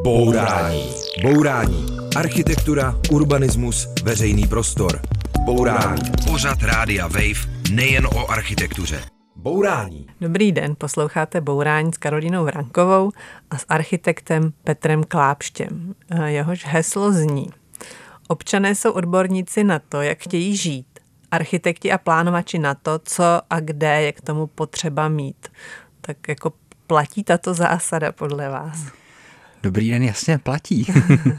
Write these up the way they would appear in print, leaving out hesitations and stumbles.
Bourání. Bourání. Architektura, urbanismus, veřejný prostor. Bourání. Pořad Rádia Wave nejen o architektuře. Bourání. Dobrý den, posloucháte Bourání s Karolínou Vrankovou a s architektem Petrem Klápštěm. Jehož heslo zní: občané jsou odborníci na to, jak chtějí žít. Architekti a plánovači na to, co a kde je k tomu potřeba mít. Tak jako platí tato zásada podle vás? Dobrý den, jasně, platí.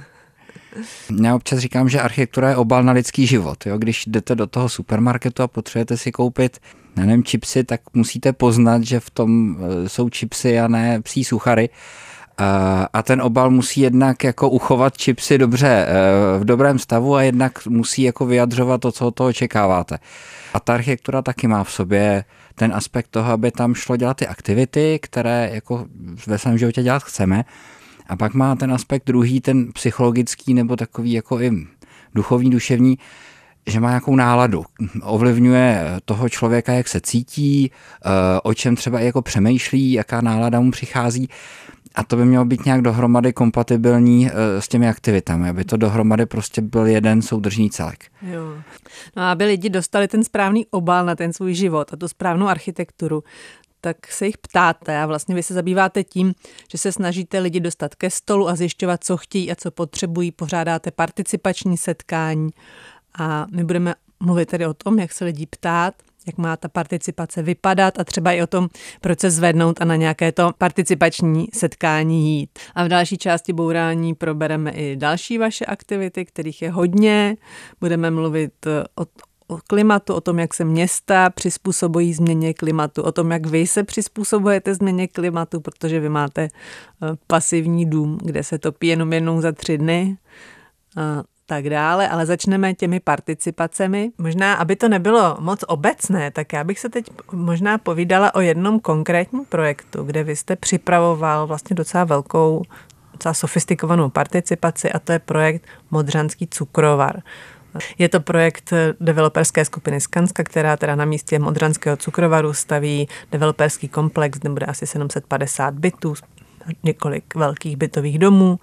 Já občas říkám, že architektura je obal na lidský život. Jo? Když jdete do toho supermarketu a potřebujete si koupit, nevím, čipsy, tak musíte poznat, že v tom jsou čipsy a ne psí suchary. A ten obal musí jednak jako uchovat čipsy dobře v dobrém stavu a jednak musí jako vyjadřovat to, co od toho očekáváte. A ta architektura taky má v sobě ten aspekt toho, aby tam šlo dělat ty aktivity, které jako ve svém životě dělat chceme. A pak má ten aspekt druhý, ten psychologický nebo takový jako i duchovní, duševní, že má nějakou náladu. Ovlivňuje toho člověka, jak se cítí, o čem třeba jako přemýšlí, jaká nálada mu přichází. A to by mělo být nějak dohromady kompatibilní s těmi aktivitami, aby to dohromady prostě byl jeden soudržný celek. Jo. No a aby lidi dostali ten správný obal na ten svůj život a tu správnou architekturu, tak se jich ptáte a vlastně vy se zabýváte tím, že se snažíte lidi dostat ke stolu a zjišťovat, co chtějí a co potřebují, pořádáte participační setkání a my budeme mluvit tedy o tom, jak se lidí ptát, jak má ta participace vypadat a třeba i o tom, proč se zvednout a na nějaké to participační setkání jít. A v další části bourání probereme i další vaše aktivity, kterých je hodně. Budeme mluvit o klimatu, o tom, jak se města přizpůsobují změně klimatu, o tom, jak vy se přizpůsobujete změně klimatu, protože vy máte pasivní dům, kde se topí jenom jednou za 3 dny. Tak dále, ale začneme těmi participacemi. Možná, aby to nebylo moc obecné, tak já bych se teď možná povídala o jednom konkrétním projektu, kde vy jste připravoval vlastně docela velkou, docela sofistikovanou participaci a to je projekt Modřanský cukrovar. Je to projekt developerské skupiny Skanska, která teda na místě Modřanského cukrovaru staví developerský komplex, kde bude asi 750 bytů, několik velkých bytových domů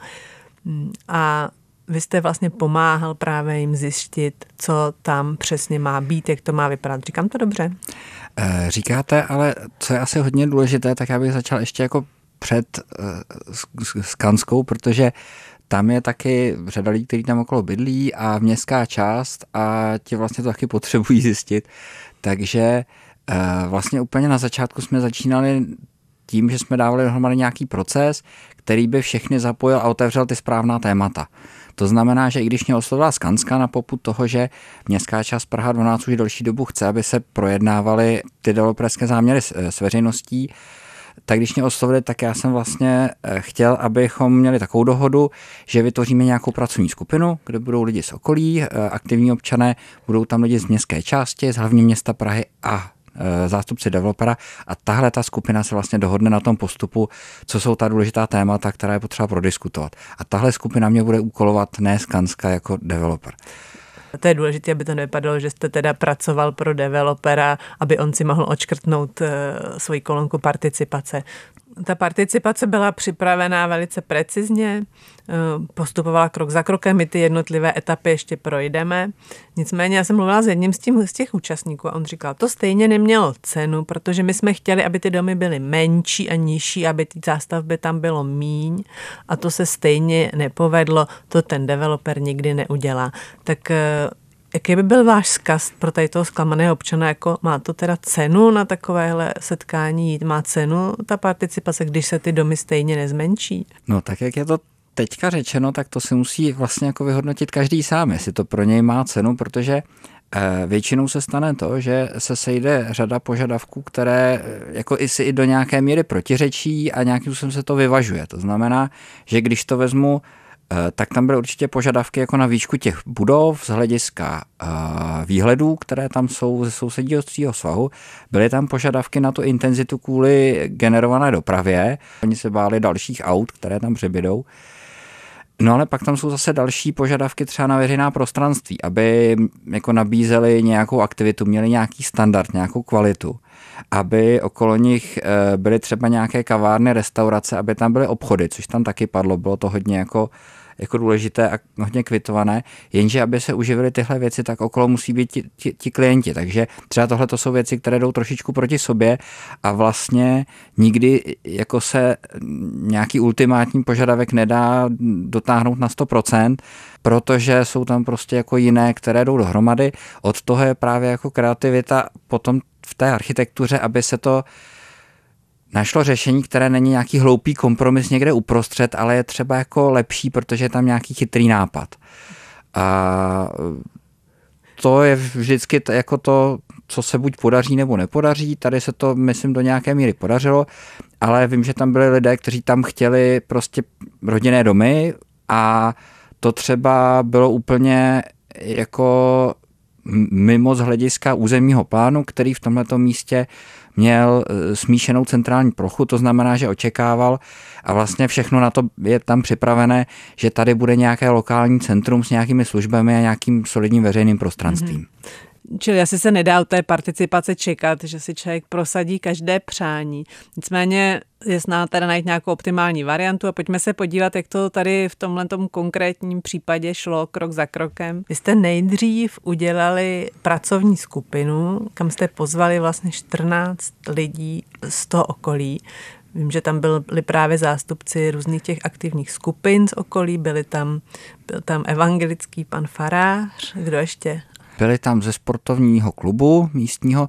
a vy jste vlastně pomáhal právě jim zjistit, co tam přesně má být, jak to má vypadat. Říkám to dobře? Říkáte, ale co je asi hodně důležité, tak já bych začal ještě jako před Skanskou, protože tam je taky řada lidí, kteří tam okolo bydlí a městská část a ti vlastně to taky potřebují zjistit. Takže vlastně úplně na začátku jsme začínali tím, že jsme dávali dohromady nějaký proces, který by všechny zapojil a otevřel ty správná témata. To znamená, že i když mě oslovila Skanska na popud toho, že městská část Praha 12 už delší dobu chce, aby se projednávaly ty developerské záměry s veřejností, tak když mě oslovili, tak já jsem vlastně chtěl, abychom měli takovou dohodu, že vytvoříme nějakou pracovní skupinu, kde budou lidi z okolí, aktivní občané, budou tam lidi z městské části, z hlavního města Prahy a zástupci developera a tahle ta skupina se vlastně dohodne na tom postupu, co jsou ta důležitá témata, která je potřeba prodiskutovat. A tahle skupina mě bude úkolovat ne Skanska jako developer. To je důležité, aby to nevypadalo, že jste teda pracoval pro developera, aby on si mohl odškrtnout svoji kolonku participace. Ta participace byla připravená velice precizně, postupovala krok za krokem, my ty jednotlivé etapy ještě projdeme. Nicméně já jsem mluvila s jedním z těch účastníků a on říkal, to stejně nemělo cenu, protože my jsme chtěli, aby ty domy byly menší a nižší, aby ty zástavby tam bylo míň a to se stejně nepovedlo, to ten developer nikdy neudělá. Tak jaký by byl váš vzkaz pro tady toho zklamaného občana, jako má to teda cenu na takovéhle setkání jít, má cenu ta participace, když se ty domy stejně nezmenší? No tak jak je to teďka řečeno, tak to si musí vlastně jako vyhodnotit každý sám, jestli to pro něj má cenu, protože většinou se stane to, že se sejde řada požadavků, které jako i do nějaké míry protiřečí a nějakým způsobem se to vyvažuje. To znamená, že když to vezmu, tak tam byly určitě požadavky jako na výšku těch budov z hlediska výhledů, které tam jsou ze sousedícího svahu. Byly tam požadavky na tu intenzitu kvůli generované dopravě. Oni se báli dalších aut, které tam přibydou. No ale pak tam jsou zase další požadavky třeba na veřejná prostranství, aby jako nabízeli nějakou aktivitu, měli nějaký standard, nějakou kvalitu, aby okolo nich byly třeba nějaké kavárny, restaurace, aby tam byly obchody, což tam taky padlo, bylo to hodně jako důležité a hodně kvitované, jenže aby se uživily tyhle věci, tak okolo musí být ti klienti, takže třeba tohle to jsou věci, které jdou trošičku proti sobě a vlastně nikdy jako se nějaký ultimátní požadavek nedá dotáhnout na 100%, protože jsou tam prostě jako jiné, které jdou dohromady. Od toho je právě jako kreativita potom v té architektuře, aby se to našlo řešení, které není nějaký hloupý kompromis někde uprostřed, ale je třeba jako lepší, protože je tam nějaký chytrý nápad. A to je vždycky jako to, co se buď podaří nebo nepodaří. Tady se to, myslím, do nějaké míry podařilo, ale vím, že tam byli lidé, kteří tam chtěli prostě rodinné domy a to třeba bylo úplně jako mimo z hlediska územního plánu, který v tomhletom místě měl smíšenou centrální plochu, to znamená, že očekával a vlastně všechno na to je tam připravené, že tady bude nějaké lokální centrum s nějakými službami a nějakým solidním veřejným prostranstvím. Čili asi se nedá od té participace čekat, že si člověk prosadí každé přání. Nicméně je snad teda najít nějakou optimální variantu a pojďme se podívat, jak to tady v tomhletom konkrétním případě šlo krok za krokem. Vy jste nejdřív udělali pracovní skupinu, kam jste pozvali vlastně 14 lidí z toho okolí. Vím, že tam byli právě zástupci různých těch aktivních skupin z okolí, byl tam evangelický pan farář, kdo ještě? Byli tam ze sportovního klubu místního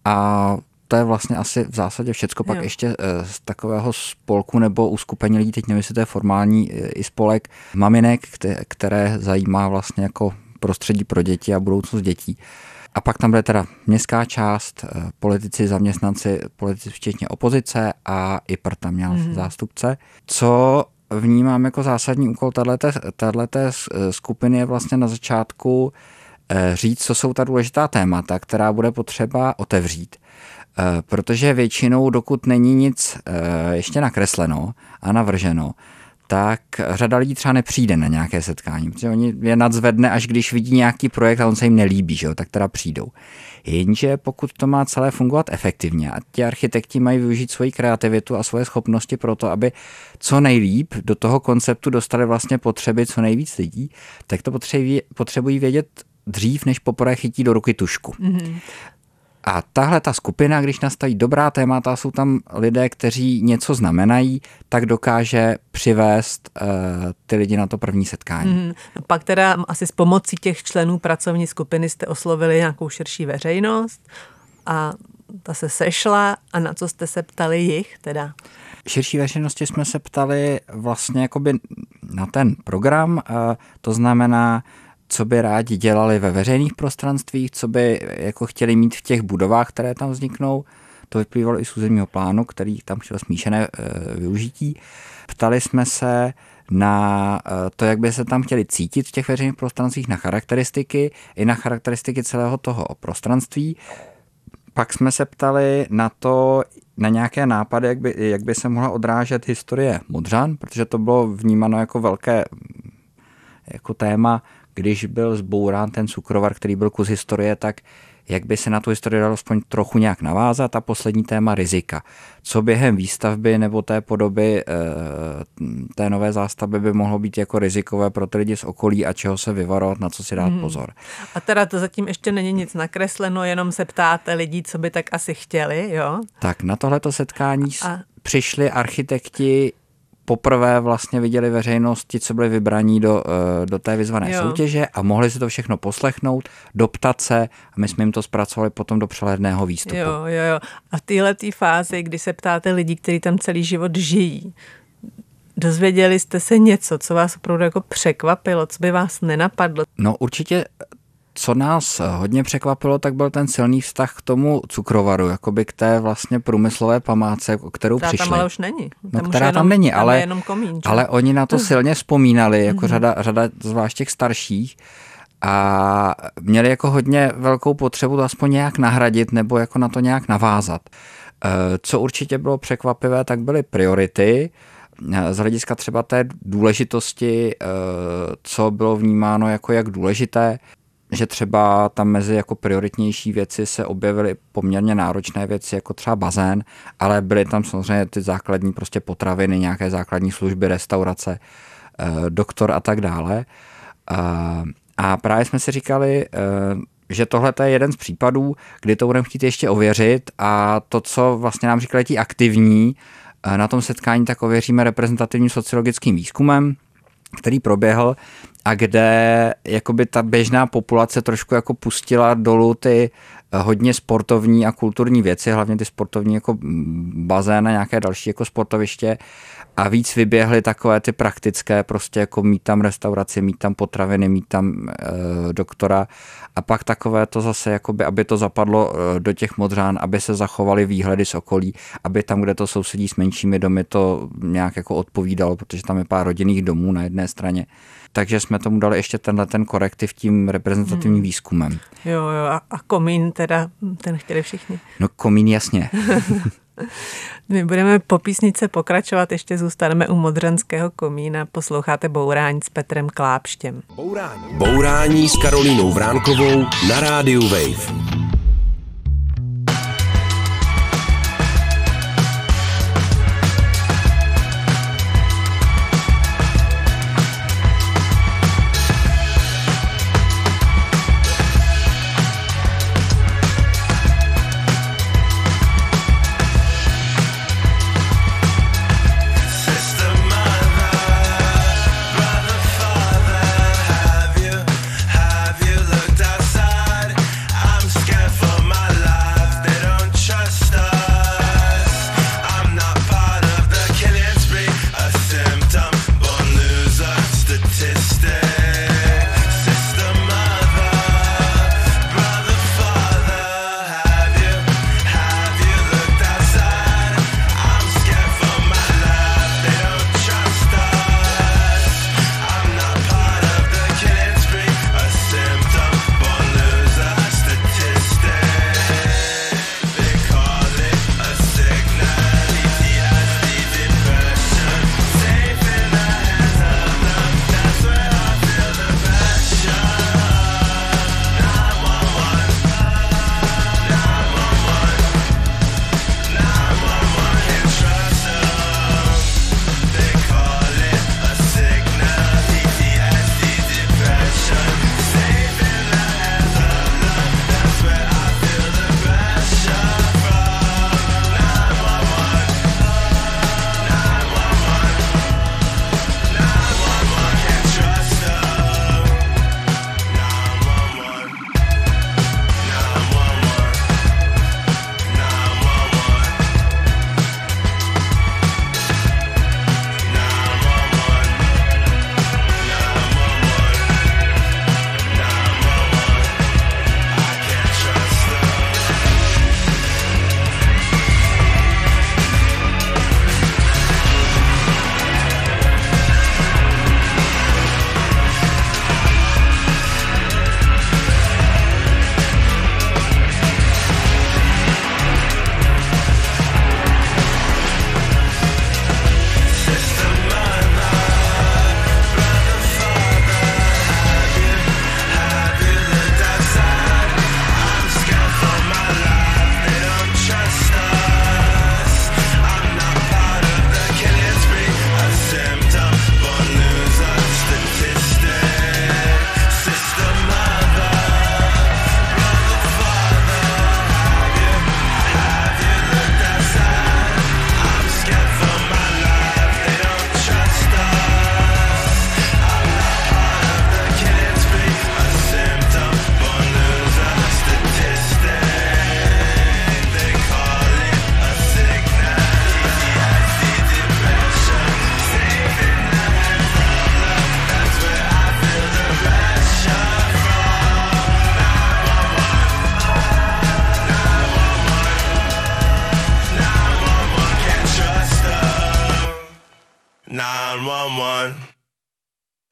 a to je vlastně asi v zásadě všecko. Pak ještě z takového spolku nebo uskupení lidí, teď nevím, jestli to je formální i spolek maminek, které zajímá vlastně jako prostředí pro děti a budoucnost dětí. A pak tam bude teda městská část, politici, zaměstnanci, politici včetně opozice a IPR tam měl zástupce. Co vnímám jako zásadní úkol téhleté skupiny je vlastně na začátku říct, co jsou ta důležitá témata, která bude potřeba otevřít. Protože většinou, dokud není nic ještě nakresleno a navrženo, tak řada lidí třeba nepřijde na nějaké setkání, protože oni je nadzvedne, až když vidí nějaký projekt a on se jim nelíbí, že jo, tak teda přijdou. Jenže pokud to má celé fungovat efektivně a ti architekti mají využít svoji kreativitu a svoje schopnosti pro to, aby co nejlíp do toho konceptu dostali vlastně potřeby co nejvíc lidí, tak to potřebují vědět dřív, než poprvé chytí do ruky tužku. Mm-hmm. A tahle ta skupina, když nastaví dobrá témata, jsou tam lidé, kteří něco znamenají, tak dokáže přivést ty lidi na to první setkání. Pak teda asi s pomocí těch členů pracovní skupiny jste oslovili nějakou širší veřejnost a ta se sešla a na co jste se ptali jich teda? Širší veřejnosti jsme se ptali vlastně jakoby na ten program, to znamená, co by rádi dělali ve veřejných prostranstvích, co by jako chtěli mít v těch budovách, které tam vzniknou. To vyplývalo i z územního plánu, který tam chtěl smíšené využití. Ptali jsme se na to, jak by se tam chtěli cítit v těch veřejných prostranstvích, na charakteristiky, i na charakteristiky celého toho prostranství. Pak jsme se ptali na to, na nějaké nápady, jak by se mohla odrážet historie Modřan, protože to bylo vnímáno jako velké jako téma, když byl zbourán ten cukrovar, který byl kus historie, tak jak by se na tu historii dalo aspoň trochu nějak navázat. A poslední téma rizika. Co během výstavby nebo té podoby té nové zástavby by mohlo být jako rizikové pro ty lidi z okolí a čeho se vyvarovat, na co si dát pozor. A teda to zatím ještě není nic nakresleno, jenom se ptáte lidí, co by tak asi chtěli, jo? Tak na tohleto setkání přišli architekti, poprvé vlastně viděli veřejnost, ti, co byli vybraní do té vyzvané soutěže a mohli si to všechno poslechnout, doptat se a my jsme jim to zpracovali potom do přehledného výstupu. Jo. A v téhletý fázi, kdy se ptáte lidí, kteří tam celý život žijí, dozvěděli jste se něco, co vás opravdu jako překvapilo, co by vás nenapadlo? No určitě, co nás hodně překvapilo, tak byl ten silný vztah k tomu cukrovaru, jakoby k té vlastně průmyslové památce, o kterou přišli. Tam ale už není. Která tam není, ale oni na to silně vzpomínali, jako řada zvlášť těch starších a měli jako hodně velkou potřebu to aspoň nějak nahradit nebo jako na to nějak navázat. Co určitě bylo překvapivé, tak byly priority. z hlediska třeba té důležitosti, co bylo vnímáno jako jak důležité, že třeba tam mezi jako prioritnější věci se objevily poměrně náročné věci, jako třeba bazén, ale byly tam samozřejmě ty základní prostě potraviny, nějaké základní služby, restaurace, doktor a tak dále. A právě jsme si říkali, že tohle je jeden z případů, kdy to budeme chtít ještě ověřit a to, co vlastně nám říkali ti aktivní na tom setkání, tak ověříme reprezentativním sociologickým výzkumem, který proběhl a kde jakoby ta běžná populace trošku jako pustila dolů ty hodně sportovní a kulturní věci, hlavně ty sportovní jako bazén a nějaké další jako sportoviště a víc vyběhly takové ty praktické, prostě jako mít tam restauraci, mít tam potraviny, mít tam doktora a pak takové to zase, jakoby, aby to zapadlo do těch Modřán, aby se zachovaly výhledy z okolí, aby tam, kde to sousedí s menšími domy, to nějak jako odpovídalo, protože tam je pár rodinných domů na jedné straně. Takže jsme tomu dali ještě ten korektiv tím reprezentativním výzkumem. Jo, a komín teda, ten chtěli všichni. No komín jasně. My budeme po písnice pokračovat, ještě zůstaneme u modřanského komína. Posloucháte Bourání s Petrem Klápštěm. Bourání s Karolínou Vránkovou na rádiu Wave. Scared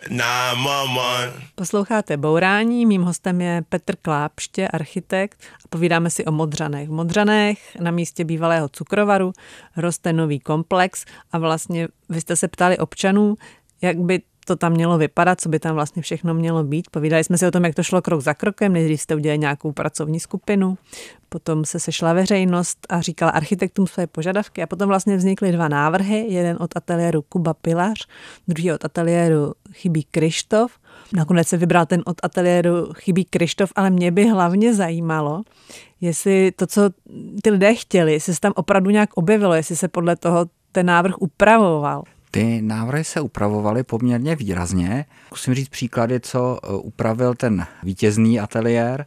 Posloucháte Bourání, mým hostem je Petr Klápště, architekt, a povídáme si o Modřanech. V Modřanech na místě bývalého cukrovaru roste nový komplex a vlastně vy jste se ptali občanů, jak by to tam mělo vypadat, co by tam vlastně všechno mělo být. Povídali jsme si o tom, jak to šlo krok za krokem, nejdřív jste udělali nějakou pracovní skupinu, potom se sešla veřejnost a říkala architektům své požadavky a potom vlastně vznikly dva návrhy, jeden od ateliéru Kuba Pilař, druhý od ateliéru Chybí Kryštof. Nakonec se vybral ten od ateliéru Chybí Kryštof, ale mě by hlavně zajímalo, jestli to, co ty lidé chtěli, jestli se tam opravdu nějak objevilo, jestli se podle toho ten návrh upravoval. Ty návrhy se upravovaly poměrně výrazně. Musím říct příklady, co upravil ten vítězný ateliér,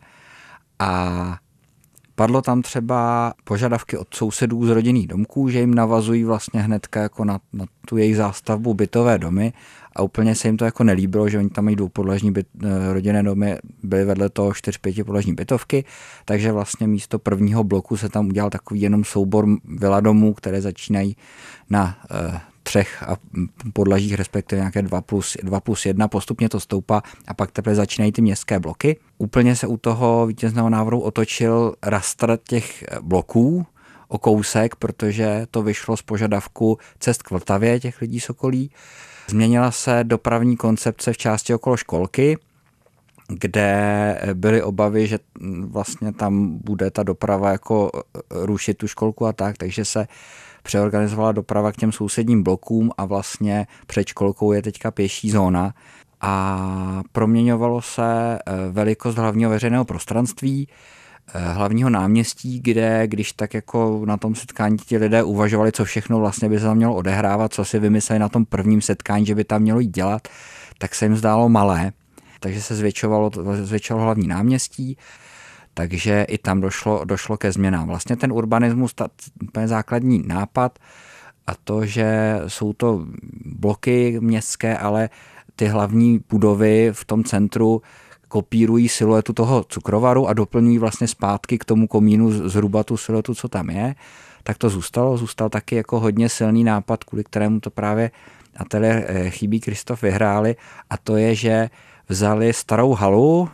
a padlo tam třeba požadavky od sousedů z rodinných domků, že jim navazují vlastně hnedka jako na tu jejich zástavbu bytové domy a úplně se jim to jako nelíbilo, že oni tam mají dvoupodlažní rodinné domy, byly vedle toho 4-5 podlažní bytovky, takže vlastně místo prvního bloku se tam udělal takový jenom soubor vila domů, které začínají na 3 podlažích, respektive nějaké 2+1, postupně to stoupá a pak teprve začínají ty městské bloky. Úplně se u toho vítězného návrhu otočil rastr těch bloků o kousek, protože to vyšlo z požadavku cest k Vltavě těch lidí z okolí. Změnila se dopravní koncepce v části okolo školky, kde byly obavy, že vlastně tam bude ta doprava jako rušit tu školku a tak, takže se přeorganizovala doprava k těm sousedním blokům a vlastně před školkou je teďka pěší zóna a proměňovalo se velikost hlavního veřejného prostranství, hlavního náměstí, kde když tak jako na tom setkání ti lidé uvažovali, co všechno vlastně by se tam mělo odehrávat, co si vymysleli na tom prvním setkání, že by tam mělo jít dělat, tak se jim zdálo malé, takže se zvětšovalo hlavní náměstí. Takže i tam došlo ke změnám. Vlastně ten urbanismus, ten základní nápad a to, že jsou to bloky městské, ale ty hlavní budovy v tom centru kopírují siluetu toho cukrovaru a doplňují vlastně zpátky k tomu komínu zhruba tu siluetu, co tam je, tak to zůstal taky jako hodně silný nápad, kvůli kterému to právě ateliér Chybí Kryštof vyhráli, a to je, že vzali starou halu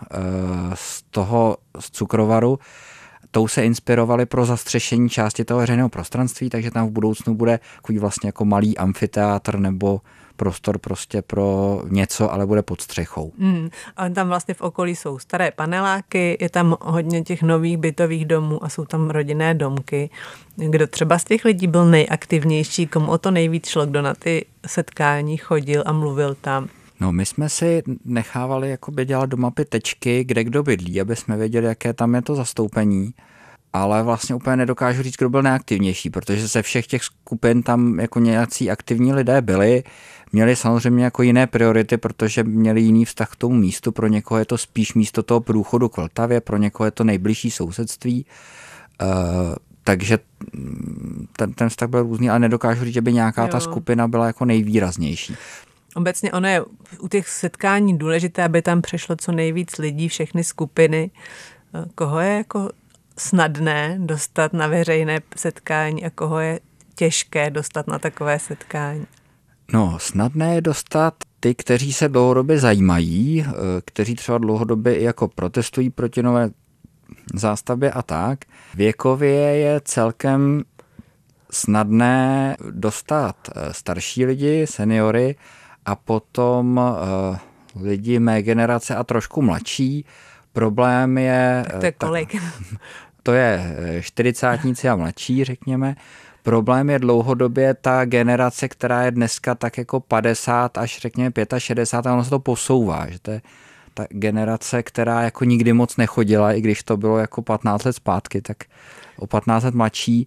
z cukrovaru, tou se inspirovali pro zastřešení části toho veřejného prostranství, takže tam v budoucnu bude takový vlastně jako malý amfiteátr nebo prostor prostě pro něco, ale bude pod střechou. A tam vlastně v okolí jsou staré paneláky, je tam hodně těch nových bytových domů a jsou tam rodinné domky. Kdo třeba z těch lidí byl nejaktivnější, komu o to nejvíc šlo, kdo na ty setkání chodil a mluvil tam? No, my jsme si nechávali jakoby dělat do mapy tečky, kde kdo bydlí, aby jsme věděli, jaké tam je to zastoupení, ale vlastně úplně nedokážu říct, kdo byl nejaktivnější, protože ze všech těch skupin tam jako nějací aktivní lidé byli, měli samozřejmě jako jiné priority, protože měli jiný vztah k tomu místu, pro někoho je to spíš místo toho průchodu k Vltavě, pro někoho je to nejbližší sousedství, takže ten vztah byl různý, ale nedokážu říct, že by nějaká ta skupina byla jako nejvýraznější. Obecně ono je u těch setkání důležité, aby tam přešlo co nejvíc lidí, všechny skupiny. Koho je jako snadné dostat na veřejné setkání a koho je těžké dostat na takové setkání? No, snadné je dostat ty, kteří se dlouhodobě zajímají, kteří třeba dlouhodobě i jako protestují proti nové zástavbě a tak. Věkově je celkem snadné dostat starší lidi, seniory, a potom lidi mé generace a trošku mladší. Problém je... Tak to je kolik? To je 40tníci a mladší, řekněme. Problém je dlouhodobě ta generace, která je dneska tak jako 50 až řekněme 65, a ono se to posouvá, že to je ta generace, která jako nikdy moc nechodila, i když to bylo jako 15 let zpátky, tak o 15 let mladší.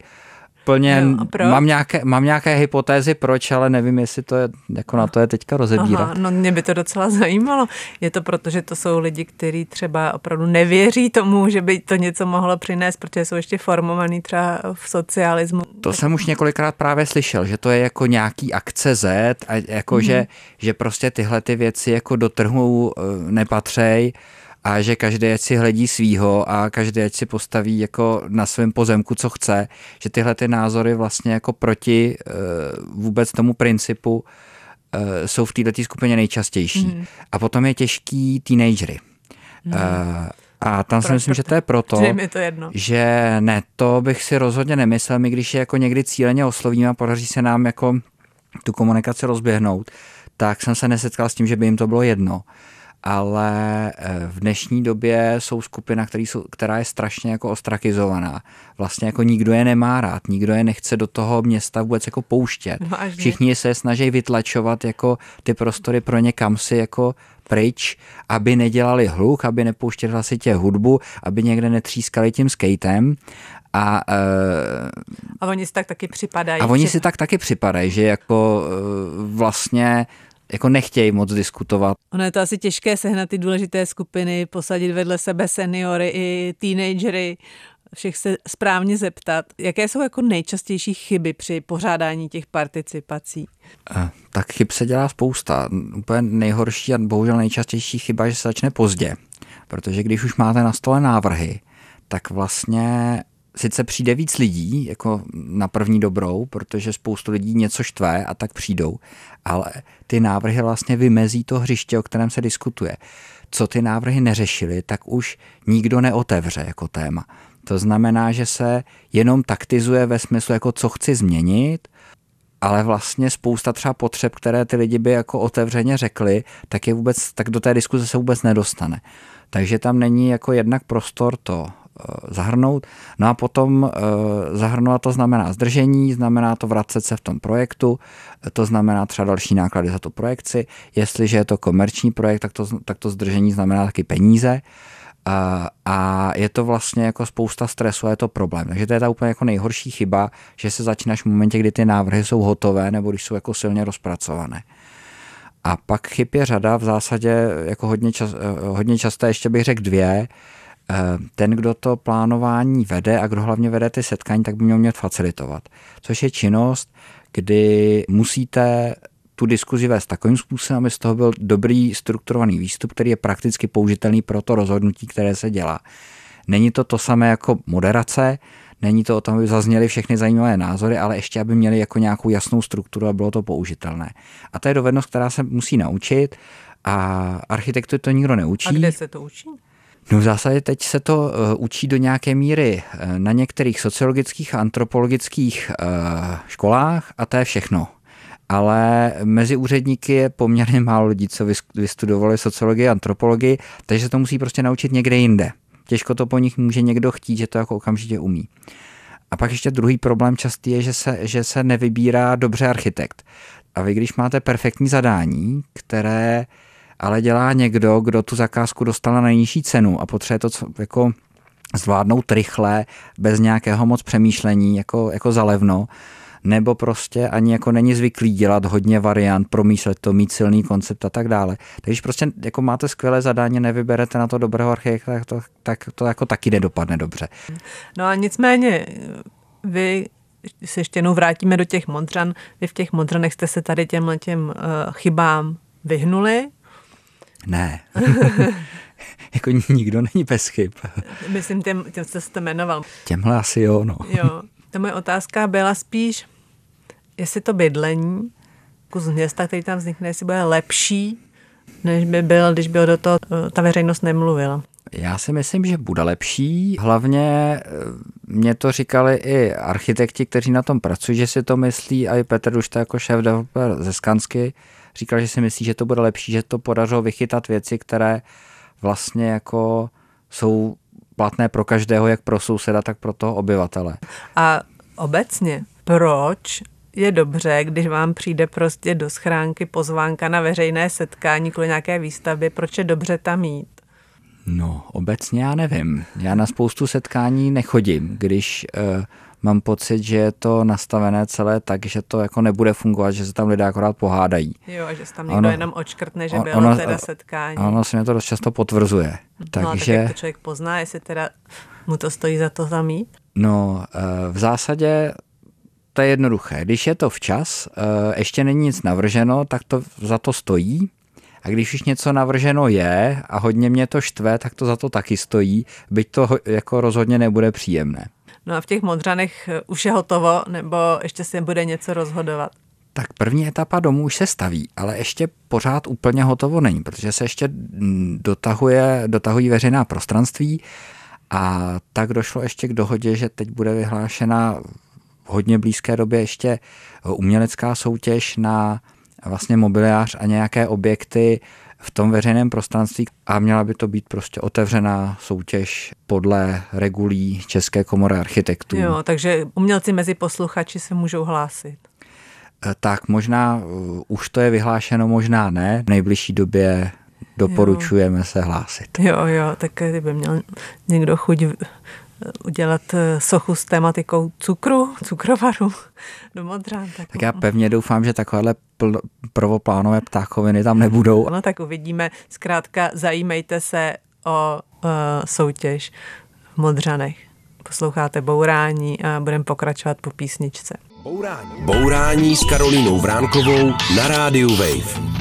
Mám nějaké hypotézy, proč, ale nevím, jestli to je, jako na to je teďka rozebírat. Aha, no mě by to docela zajímalo. Je to proto, že to jsou lidi, kteří třeba opravdu nevěří tomu, že by to něco mohlo přinést, protože jsou ještě formovaní třeba v socialismu. To jsem už několikrát právě slyšel, že to je jako nějaký akce Z a jako že prostě tyhle ty věci jako do trhu nepatřej, a že každý ať si hledí svýho a každý ať si postaví jako na svém pozemku, co chce, že tyhle ty názory vlastně jako proti vůbec tomu principu jsou v této skupině nejčastější. A potom je těžký teenagery. A tam si myslím, že to je proto, že ne, to bych si rozhodně nemyslel, my když je jako někdy cíleně oslovíme a podaří se nám jako tu komunikaci rozběhnout, tak jsem se nesetkal s tím, že by jim to bylo jedno. Ale v dnešní době jsou skupina, která je strašně jako ostrakizovaná. Vlastně jako nikdo je nemá rád, nikdo je nechce do toho města vůbec jako pouštět. Všichni se snaží vytlačovat jako ty prostory pro ně kamsi jako pryč, aby nedělali hluk, aby nepouštěli hlasitě hudbu, aby někde netřískali tím skatem. A oni si tak taky připadají. A oni si tak taky připadají, že jako vlastně jako nechtějí moc diskutovat. Ono je to asi těžké sehnat ty důležité skupiny, posadit vedle sebe seniory i teenagery, všech se správně zeptat. Jaké jsou jako nejčastější chyby při pořádání těch participací? Tak chyb se dělá spousta. Úplně nejhorší a bohužel nejčastější chyba, že se začne pozdě. Protože když už máte na stole návrhy, tak vlastně sice přijde víc lidí, jako na první dobrou, protože spoustu lidí něco štve a tak přijdou, ale ty návrhy vlastně vymezí to hřiště, o kterém se diskutuje. Co ty návrhy neřešily, tak už nikdo neotevře jako téma. To znamená, že se jenom taktizuje ve smyslu, jako co chci změnit, ale vlastně spousta třeba potřeb, které ty lidi by jako otevřeně řekli, tak do té diskuze se vůbec nedostane. Takže tam není jako jednak prostor to zahrnout. No a potom zahrnovat to znamená zdržení, znamená to vracet se v tom projektu, to znamená třeba další náklady za tu projekci. Jestliže je to komerční projekt, tak to zdržení znamená taky peníze. A je to vlastně jako spousta stresu a je to problém. Takže to je ta úplně jako nejhorší chyba, že se začínáš v momentě, kdy ty návrhy jsou hotové nebo když jsou jako silně rozpracované. A pak chyb je řada, v zásadě jako hodně časté, ještě bych řekl 2. Ten, kdo to plánování vede a kdo hlavně vede ty setkání, tak by měl umět facilitovat. Což je činnost, kdy musíte tu diskuzi vést takovým způsobem, aby z toho byl dobrý strukturovaný výstup, který je prakticky použitelný pro to rozhodnutí, které se dělá. Není to samé jako moderace, není to o tom, aby zazněly všechny zajímavé názory, ale ještě, aby měli jako nějakou jasnou strukturu a bylo to použitelné. A to je dovednost, která se musí naučit a architektu to nikdo neučí. A kde se to učí? No v zásadě teď se to učí do nějaké míry na některých sociologických a antropologických školách a to je všechno. Ale mezi úředníky je poměrně málo lidí, co vystudovali sociologii a antropologii, takže se to musí prostě naučit někde jinde. Těžko to po nich může někdo chtít, že to jako okamžitě umí. A pak ještě druhý problém častý je, že se nevybírá dobře architekt. A vy, když máte perfektní zadání, které ale dělá někdo, kdo tu zakázku dostal na nejnižší cenu a potřebuje to jako zvládnout rychle, bez nějakého moc přemýšlení, jako zalevno, nebo prostě ani jako není zvyklý dělat hodně variant, promýšlet to, mít silný koncept a tak dále. Takže když prostě jako máte skvělé zadání, nevyberete na to dobrého architekta, tak to jako taky nedopadne dobře. No a nicméně vy se ještě jednou vrátíme do těch Modřan. Vy v těch Modřanech jste se tady těm chybám vyhnuli? Ne. Jako nikdo není bez chyb. Myslím, těm jste jmenoval. Těmhle asi jo, no. Jo. Ta moje otázka byla spíš, jestli to bydlení, kus města, který tam vznikne, jestli bude lepší, než by byl, když by do toho ta veřejnost nemluvila. Já si myslím, že bude lepší. Hlavně mě to říkali i architekti, kteří na tom pracují, že si to myslí, a i Petr Dušta jako šéf developer ze Skansky říkal, že si myslí, že to bude lepší, že to podařilo vychytat věci, které vlastně jako jsou platné pro každého, jak pro souseda, tak pro toho obyvatele. A obecně, proč je dobře, když vám přijde prostě do schránky pozvánka na veřejné setkání kvůli nějaké výstavbě, proč je dobře tam jít? No, obecně já nevím. Já na spoustu setkání nechodím, když mám pocit, že je to nastavené celé tak, že to jako nebude fungovat, že se tam lidé akorát pohádají. Jo, a že se tam někdo jenom očkrtne, že bylo teda setkání. Ono se mě to dost často potvrzuje. No a tak jak to člověk pozná, jestli teda mu to stojí za to tam jít? No, v zásadě to je jednoduché. Když je to včas, ještě není nic navrženo, tak to za to stojí. A když už něco navrženo je a hodně mě to štve, tak to za to taky stojí, byť to jako rozhodně nebude příjemné. No a v těch Modřanech už je hotovo, nebo ještě se bude něco rozhodovat? Tak první etapa domů už se staví, ale ještě pořád úplně hotovo není, protože se ještě dotahují veřejná prostranství a tak došlo ještě k dohodě, že teď bude vyhlášena v hodně blízké době ještě umělecká soutěž na vlastně mobiliář a nějaké objekty v tom veřejném prostranství a měla by to být prostě otevřená soutěž podle regulí České komory architektů. Jo, takže umělci mezi posluchači se můžou hlásit. Tak možná už to je vyhlášeno, možná ne. V nejbližší době doporučujeme se hlásit. Jo, tak kdyby měl někdo chuť udělat sochu s tématikou cukrovaru do Modřán. Tak já pevně doufám, že takovéhle prvoplánové ptákoviny tam nebudou. No tak uvidíme. Zkrátka zajímejte se o soutěž v Modřanech. Posloucháte Bourání a budeme pokračovat po písničce. Bourání s Karolínou Vránkovou na rádiu Wave.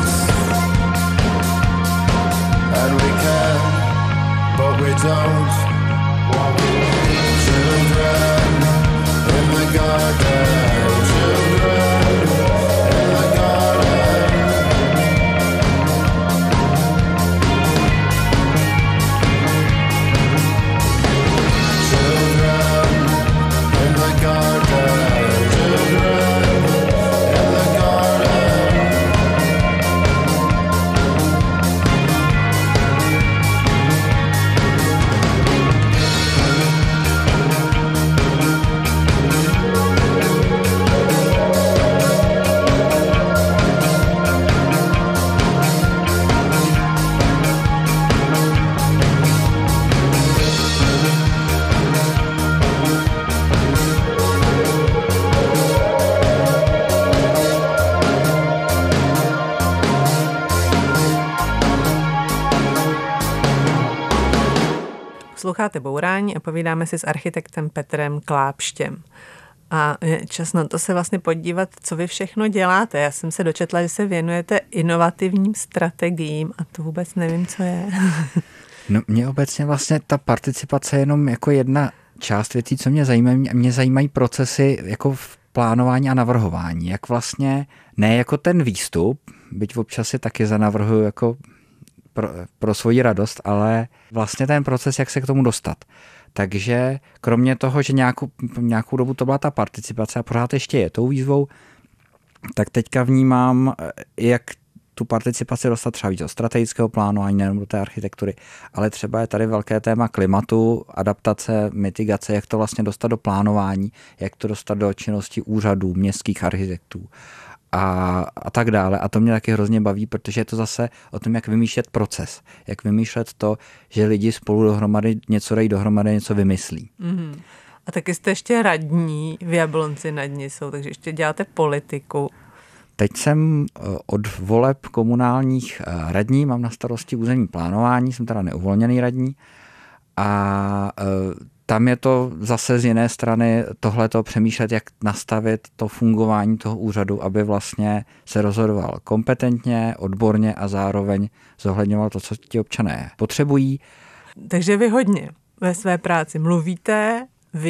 don't Posloucháte Bourání a povídáme si s architektem Petrem Klápštěm. A je čas na to se vlastně podívat, co vy všechno děláte. Já jsem se dočetla, že se věnujete inovativním strategiím a to vůbec nevím, co je. No, mě obecně vlastně ta participace je jenom jako jedna část věcí, co mě zajímají. Mě zajímají procesy jako v plánování a navrhování. Jak vlastně, ne jako ten výstup, byť občas si taky zanavrhuju jako pro svoji radost, ale vlastně ten proces, jak se k tomu dostat. Takže kromě toho, že nějakou dobu to byla ta participace a pořád ještě je tou výzvou, tak teďka vnímám, jak tu participaci dostat třeba víc do strategického plánování, nejenom do té architektury, ale třeba je tady velké téma klimatu, adaptace, mitigace, jak to vlastně dostat do plánování, jak to dostat do činnosti úřadů, městských architektů a tak dále. A to mě taky hrozně baví, protože je to zase o tom, jak vymýšlet proces, jak vymýšlet to, že lidi spolu dohromady něco dají dohromady, něco vymyslí. Mm-hmm. A taky jste ještě radní v Jablonci nad Nisou, takže ještě děláte politiku. Teď jsem od voleb komunálních radní, mám na starosti územní plánování, jsem teda neuvolněný radní a tam je to zase z jiné strany tohleto přemýšlet, jak nastavit to fungování toho úřadu, aby vlastně se rozhodoval kompetentně, odborně a zároveň zohledňoval to, co ti občané potřebují. Takže vy hodně ve své práci mluvíte,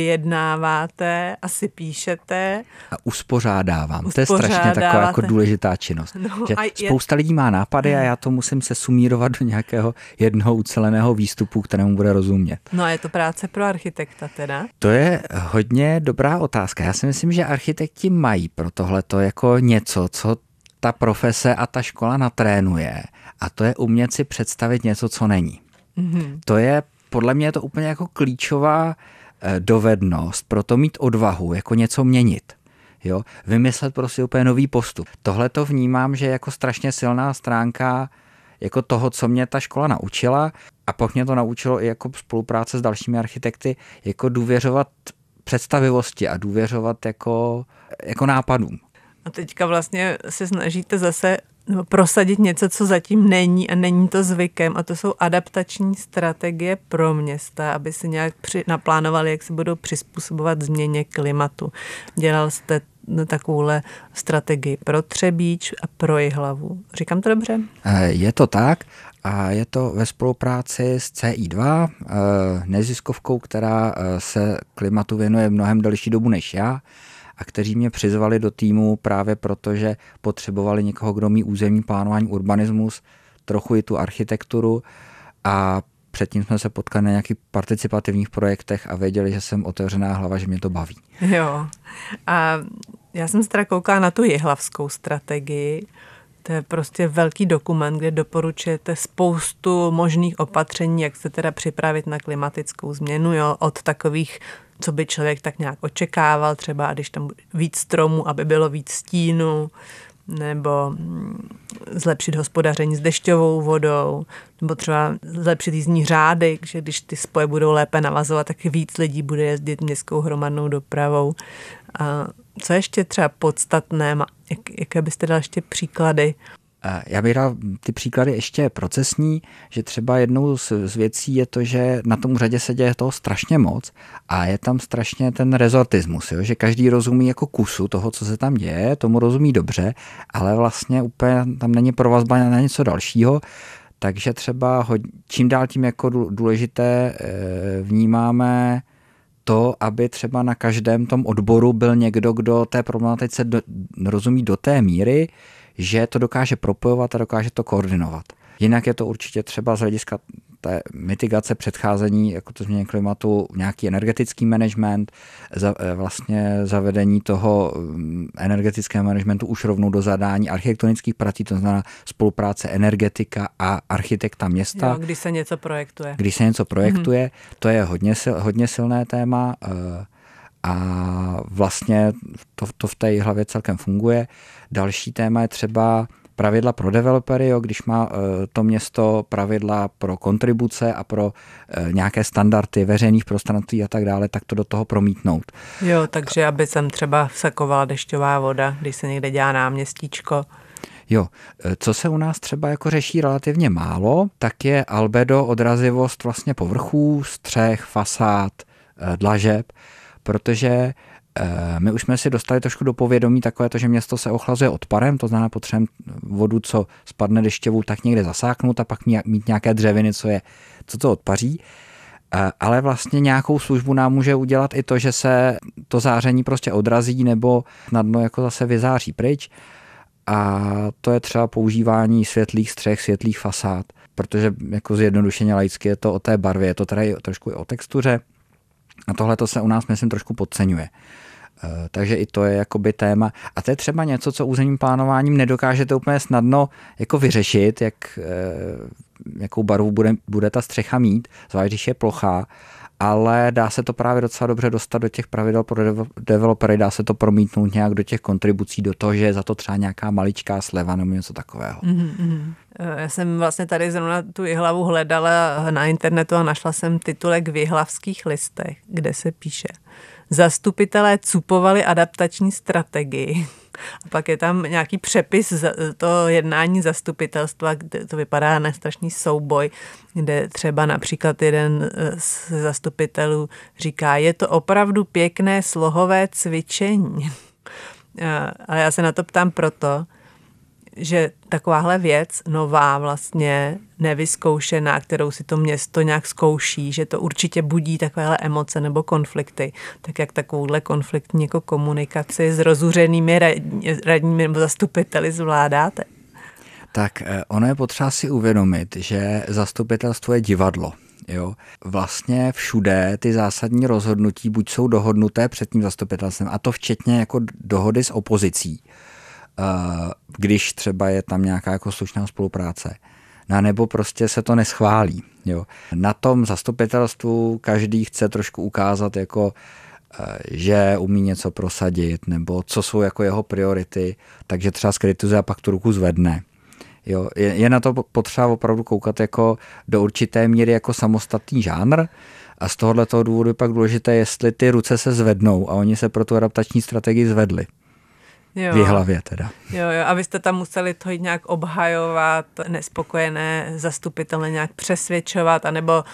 vyjednáváte, asi píšete. A uspořádávám. To je strašně taková jako důležitá činnost. No, že spousta lidí má nápady a já to musím se sumírovat do nějakého jednoho uceleného výstupu, kterému bude rozumět. No a je to práce pro architekta teda? To je hodně dobrá otázka. Já si myslím, že architekti mají pro tohleto jako něco, co ta profese a ta škola natrénuje. A to je umět si představit něco, co není. Mm-hmm. To je, podle mě je to úplně jako klíčová dovednost pro to mít odvahu, jako něco měnit. Jo? Vymyslet prostě úplně nový postup. Tohle to vnímám, že je jako strašně silná stránka jako toho, co mě ta škola naučila a pak mě to naučilo i jako spolupráce s dalšími architekty, jako důvěřovat představivosti a důvěřovat jako nápadům. A teďka vlastně se snažíte zase prosadit něco, co zatím není a není to zvykem a to jsou adaptační strategie pro města, aby si nějak naplánovali, jak se budou přizpůsobovat změně klimatu. Dělal jste takovouhle strategii pro Třebíč a pro Jihlavu. Říkám to dobře? Je to tak a je to ve spolupráci s CI2, neziskovkou, která se klimatu věnuje mnohem delší dobu než já, a kteří mě přizvali do týmu právě proto, že potřebovali někoho, kdo umí územní plánování, urbanismus, trochu i tu architekturu a předtím jsme se potkali na nějakých participativních projektech a věděli, že jsem otevřená hlava, že mě to baví. Jo. A já jsem se teda koukala na tu jihlavskou strategii. To je prostě velký dokument, kde doporučujete spoustu možných opatření, jak se teda připravit na klimatickou změnu, jo, od takových, co by člověk tak nějak očekával, třeba když tam víc stromů, aby bylo víc stínu, nebo zlepšit hospodaření s dešťovou vodou, nebo třeba zlepšit jízdní řády, že když ty spoje budou lépe navazovat, tak víc lidí bude jezdit městskou hromadnou dopravou. A co ještě třeba podstatné, jaké byste dal ještě příklady? Já bych dal ty příklady ještě procesní, že třeba jednou z věcí je to, že na tom úřadě se děje toho strašně moc a je tam strašně ten rezortismus, jo? Že každý rozumí jako kusu toho, co se tam děje, tomu rozumí dobře, ale vlastně úplně tam není provazba na něco dalšího, takže třeba čím dál tím jako důležité vnímáme to, aby třeba na každém tom odboru byl někdo, kdo té problematice rozumí do té míry, že to dokáže propojovat a dokáže to koordinovat. Jinak je to určitě třeba z hlediska té mitigace, předcházení jako to změně klimatu, nějaký energetický management, vlastně zavedení toho energetického managementu už rovnou do zadání architektonických prací, to znamená spolupráce energetika a architekta města. Jo, když se něco projektuje. Když se něco projektuje, to je hodně silné téma a vlastně to v té hlavě celkem funguje. Další téma je třeba pravidla pro developery, jo, když má to město pravidla pro kontribuce a pro nějaké standardy veřejných prostranství a tak dále, tak to do toho promítnout. Jo, takže aby sem třeba vsakovala dešťová voda, když se někde dělá náměstíčko. Jo, co se u nás třeba jako řeší relativně málo, tak je albedo, odrazivost vlastně povrchů, střech, fasád, dlažeb, protože my už jsme si dostali trošku do povědomí takové to, že město se ochlazuje odparem, to znamená potřebujeme vodu, co spadne dešťovou, tak někde zasáknout a pak mít nějaké dřeviny, co to odpaří. Ale vlastně nějakou službu nám může udělat i to, že se to záření prostě odrazí nebo snadno jako zase vyzáří pryč. A to je třeba používání světlých střech, světlých fasád, protože jako zjednodušeně laicky je to o té barvě, je to tady trošku i o textuře a tohle to se u nás, myslím, trošku podceňuje. Takže i to je jakoby téma. A to je třeba něco, co územním plánováním nedokážete úplně snadno jako vyřešit, jakou barvu bude ta střecha mít, zvlášť když je plochá, ale dá se to právě docela dobře dostat do těch pravidel pro developery, dá se to promítnout nějak do těch kontribucí, do toho, že je za to třeba nějaká maličká sleva nebo něco takového. Já jsem vlastně tady zrovna tu Jihlavu hledala na internetu a našla jsem titulek v Jihlavských listech, kde se píše: Zastupitelé cupovali adaptační strategii. A pak je tam nějaký přepis to jednání zastupitelstva, kde to vypadá na strašný souboj, kde třeba například jeden z zastupitelů říká, je to opravdu pěkné slohové cvičení. Ale já se na to ptám proto, že takováhle věc, nová vlastně, nevyzkoušená, kterou si to město nějak zkouší, že to určitě budí takovéhle emoce nebo konflikty, tak jak takovouhle konfliktní jako komunikaci s rozuřenými radními nebo zastupiteli zvládáte? Tak ono je potřeba si uvědomit, že zastupitelstvo je divadlo. Jo. Vlastně všude ty zásadní rozhodnutí buď jsou dohodnuté před tím zastupitelstvem, a to včetně jako dohody s opozicí, když třeba je tam nějaká jako slušná spolupráce. Nebo prostě se to neschválí. Jo. Na tom zastupitelstvu každý chce trošku ukázat, jako, že umí něco prosadit, nebo co jsou jako jeho priority, takže třeba skritizuje a pak tu ruku zvedne. Jo. Je na to potřeba opravdu koukat jako do určité míry jako samostatný žánr a z tohoto důvodu je pak důležité, jestli ty ruce se zvednou a oni se pro tu adaptační strategii zvedli. Jo. V Jihlavě teda. Jo, a vy jste tam museli to nějak obhajovat, nespokojené zastupitelné nějak přesvědčovat, anebo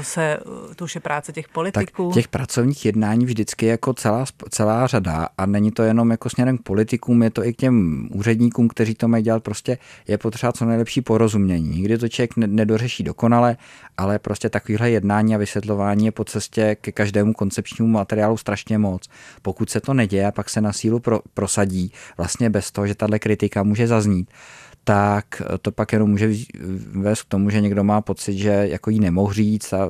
to už je práce těch politiků? Tak těch pracovních jednání vždycky jako celá řada a není to jenom jako směrem k politikům, je to i k těm úředníkům, kteří to mají dělat, prostě je potřeba co nejlepší porozumění. Nikdy to člověk nedořeší dokonale, ale prostě takovýhle jednání a vysvětlování je po cestě ke každému koncepčnímu materiálu strašně moc. Pokud se to neděje a pak se na sílu prosadí, vlastně bez toho, že tahle kritika může zaznít, tak to pak jenom může vést k tomu, že někdo má pocit, že jako jí nemohl říct a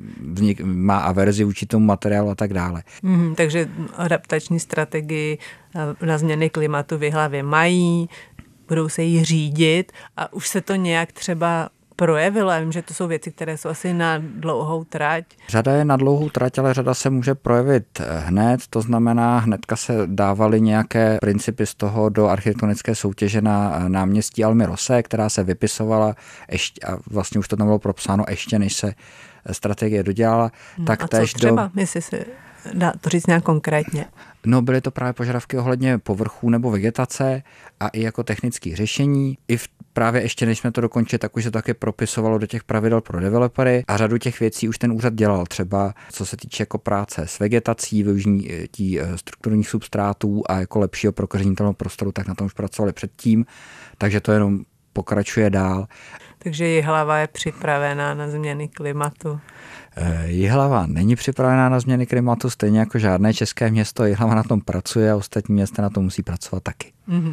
má averzi vůči tomu materiálu a tak dále. Takže adaptační strategii na změny klimatu v Jihlavě mají, budou se jí řídit a už se to nějak třeba projevilo. Já vím, že to jsou věci, které jsou asi na dlouhou trať. Řada je na dlouhou trať, ale řada se může projevit hned. To znamená, hnedka se dávaly nějaké principy z toho do architektonické soutěže na náměstí Almy Rose, která se vypisovala ještě, a vlastně už to tam bylo propsáno ještě, než se strategie dodělala. Tak a co třeba, jestli se dá to říct nějak konkrétně? No, byly to právě požadavky ohledně povrchů nebo vegetace a i jako technických řešení. I právě ještě než jsme to dokončili, tak už se to taky propisovalo do těch pravidel pro developery a řadu těch věcí už ten úřad dělal. Třeba co se týče jako práce s vegetací, využití strukturních substrátů a jako lepšího prokořenitelného prostoru, tak na tom už pracovali předtím, takže to jenom pokračuje dál. Takže Jihlava je připravená na změny klimatu? Jihlava není připravená na změny klimatu, stejně jako žádné české město. Jihlava na tom pracuje a ostatní města na tom musí pracovat taky.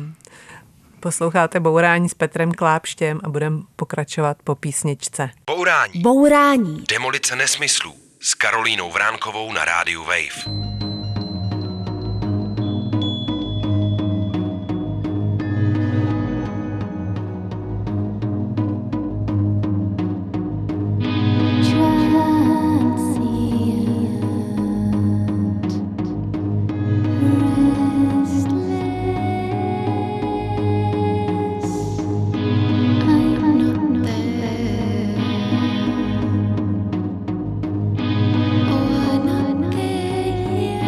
Posloucháte Bourání s Petrem Klápštěm a budeme pokračovat po písničce. Bourání. Demolice nesmyslů s Karolínou Vránkovou na rádiu Wave. Yeah.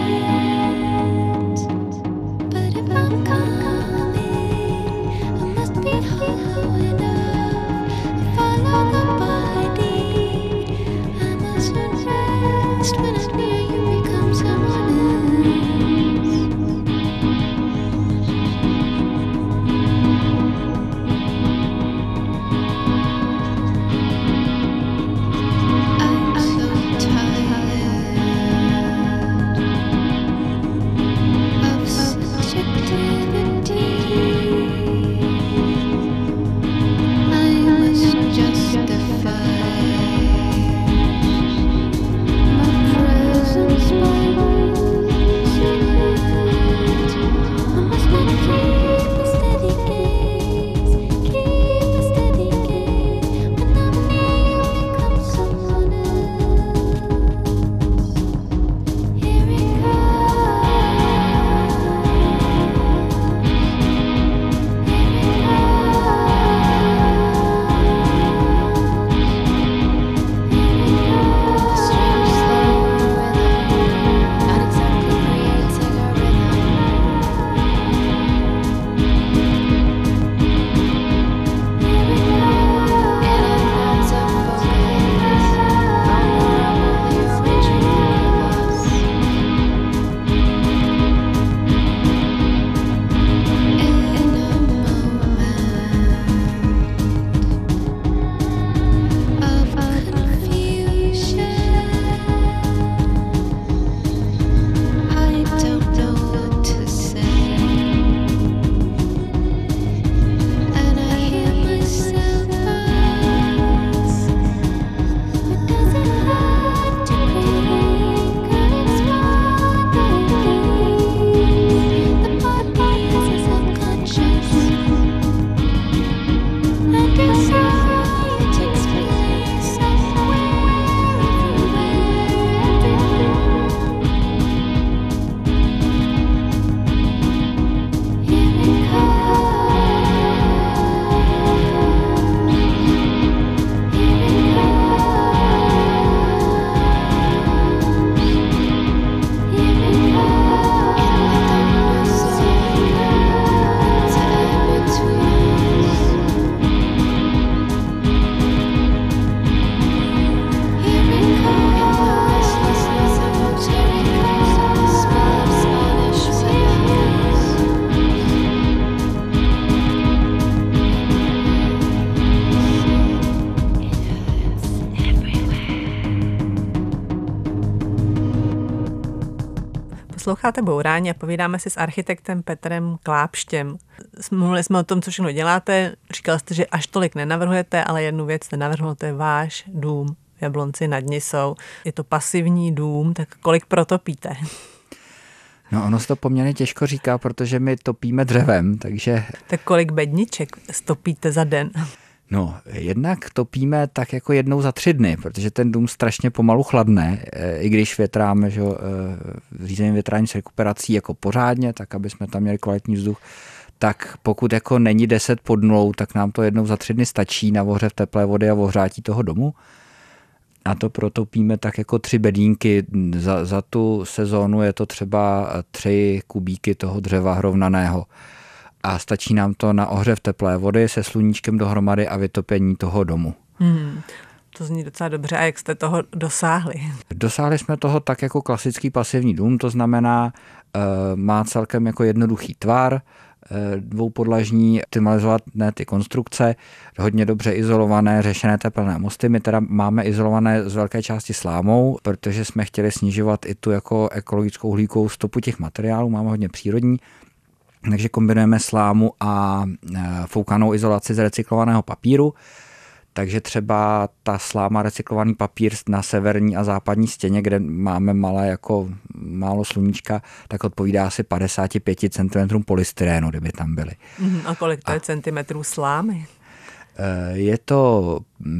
Posloucháte Bourání a povídáme si s architektem Petrem Klápštěm. Mluvili jsme o tom, co všechno děláte. Říkal jste, že až tolik nenavrhujete, ale jednu věc jste navrhl, to je váš dům v Jablonci nad Nisou. Je to pasivní dům, tak kolik protopíte? No ono se to poměrně těžko říká, protože my topíme dřevem, takže... Tak kolik bedniček stopíte za den? No, jednak topíme tak jako jednou za 3 dny, protože ten dům strašně pomalu chladne, i když větráme, že řízením větrání s rekuperací jako pořádně, tak aby jsme tam měli kvalitní vzduch, tak pokud jako není 10 pod nulou, tak nám to jednou za 3 dny stačí na ohřev teplé vody a ohřátí toho domu. A to protopíme tak jako 3 bedínky. Za tu sezónu je to třeba 3 kubíky toho dřeva hrovnaného. A stačí nám to na ohřev teplé vody se sluníčkem dohromady a vytopení toho domu. To zní docela dobře. A jak jste toho dosáhli? Dosáhli jsme toho tak jako klasický pasivní dům, to znamená, má celkem jako jednoduchý tvar, dvoupodlažní, optimalizované ty konstrukce, hodně dobře izolované, řešené tepelné mosty. My teda máme izolované z velké části slámou, protože jsme chtěli snižovat i tu jako ekologickou uhlíkovou stopu těch materiálů, máme hodně přírodní. Takže kombinujeme slámu a foukanou izolaci z recyklovaného papíru. Takže třeba ta sláma, recyklovaný papír na severní a západní stěně, kde máme málo sluníčka, tak odpovídá asi 55 cm polystyrénu, kdyby tam byly. A kolik to je centimetrů slámy? Je to